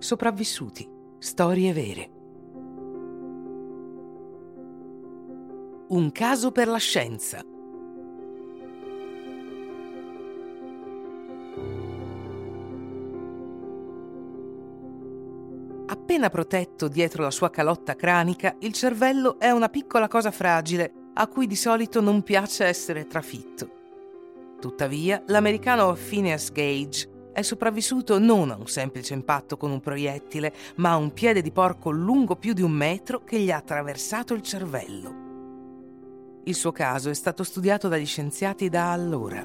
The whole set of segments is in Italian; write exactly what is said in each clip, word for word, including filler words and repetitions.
Sopravvissuti. Storie vere. Un caso per la scienza. Appena protetto dietro la sua calotta cranica, il cervello è una piccola cosa fragile a cui di solito non piace essere trafitto. Tuttavia, l'americano Phineas Gage è sopravvissuto non a un semplice impatto con un proiettile, ma a un piede di porco lungo più di un metro che gli ha attraversato il cervello. Il suo caso è stato studiato dagli scienziati da allora.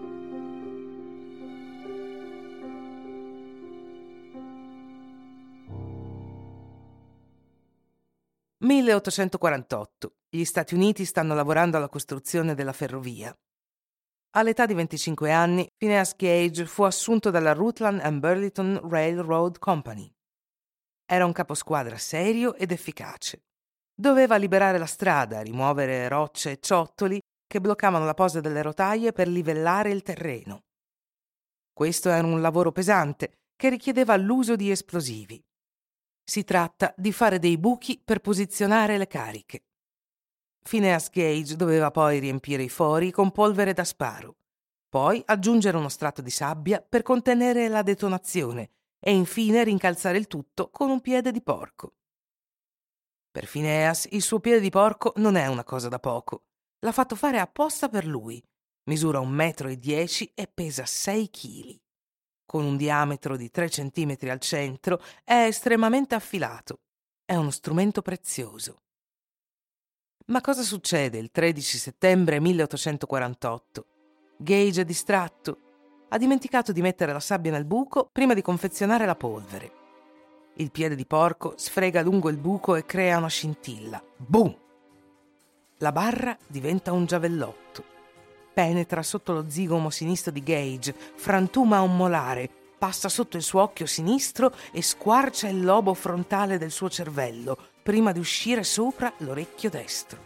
milleottocentoquarantotto. Gli Stati Uniti stanno lavorando alla costruzione della ferrovia. All'età di venticinque anni, Phineas Gage fu assunto dalla Rutland and Burlington Railroad Company. Era un caposquadra serio ed efficace. Doveva liberare la strada, rimuovere rocce e ciottoli che bloccavano la posa delle rotaie per livellare il terreno. Questo era un lavoro pesante che richiedeva l'uso di esplosivi. Si tratta di fare dei buchi per posizionare le cariche. Phineas Gage doveva poi riempire i fori con polvere da sparo, poi aggiungere uno strato di sabbia per contenere la detonazione e infine rincalzare il tutto con un piede di porco. Per Phineas il suo piede di porco non è una cosa da poco. L'ha fatto fare apposta per lui. Misura un metro e dieci e pesa sei chili. Con un diametro di tre centimetri al centro, è estremamente affilato. È uno strumento prezioso. Ma cosa succede il tredici settembre milleottocentoquarantotto? Gage è distratto. Ha dimenticato di mettere la sabbia nel buco prima di confezionare la polvere. Il piede di porco sfrega lungo il buco e crea una scintilla. Boom! La barra diventa un giavellotto. Penetra sotto lo zigomo sinistro di Gage, frantuma un molare, passa sotto il suo occhio sinistro e squarcia il lobo frontale del suo cervello, prima di uscire sopra l'orecchio destro.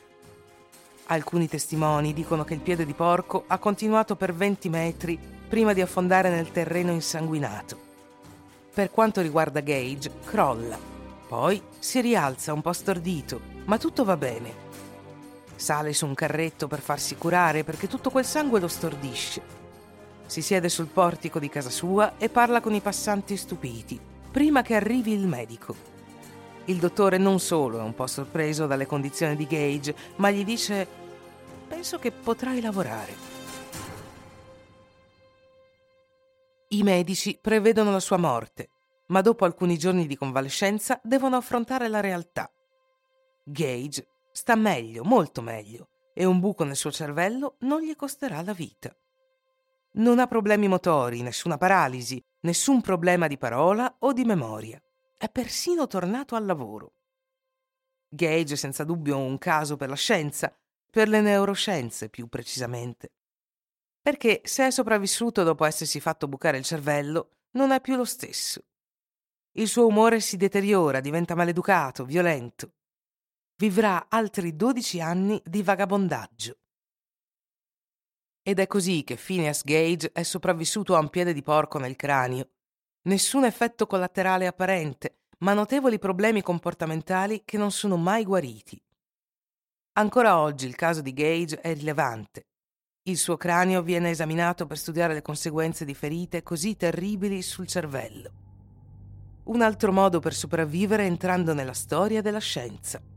Alcuni testimoni dicono che il piede di porco ha continuato per venti metri prima di affondare nel terreno insanguinato. Per quanto riguarda Gage, crolla. Poi si rialza un po' stordito, ma tutto va bene. Sale su un carretto per farsi curare perché tutto quel sangue lo stordisce. Si siede sul portico di casa sua e parla con i passanti stupiti, prima che arrivi il medico. Il dottore non solo è un po' sorpreso dalle condizioni di Gage, ma gli dice: «Penso che potrai lavorare». I medici prevedono la sua morte, ma dopo alcuni giorni di convalescenza devono affrontare la realtà. Gage sta meglio, molto meglio, e un buco nel suo cervello non gli costerà la vita. Non ha problemi motori, nessuna paralisi, nessun problema di parola o di memoria. È persino tornato al lavoro. Gage è senza dubbio un caso per la scienza, per le neuroscienze più precisamente. Perché se è sopravvissuto dopo essersi fatto bucare il cervello, non è più lo stesso. Il suo umore si deteriora, diventa maleducato, violento. Vivrà altri dodici anni di vagabondaggio. Ed è così che Phineas Gage è sopravvissuto a un piede di porco nel cranio. Nessun effetto collaterale apparente, ma notevoli problemi comportamentali che non sono mai guariti. Ancora oggi il caso di Gage è rilevante. Il suo cranio viene esaminato per studiare le conseguenze di ferite così terribili sul cervello. Un altro modo per sopravvivere entrando nella storia della scienza.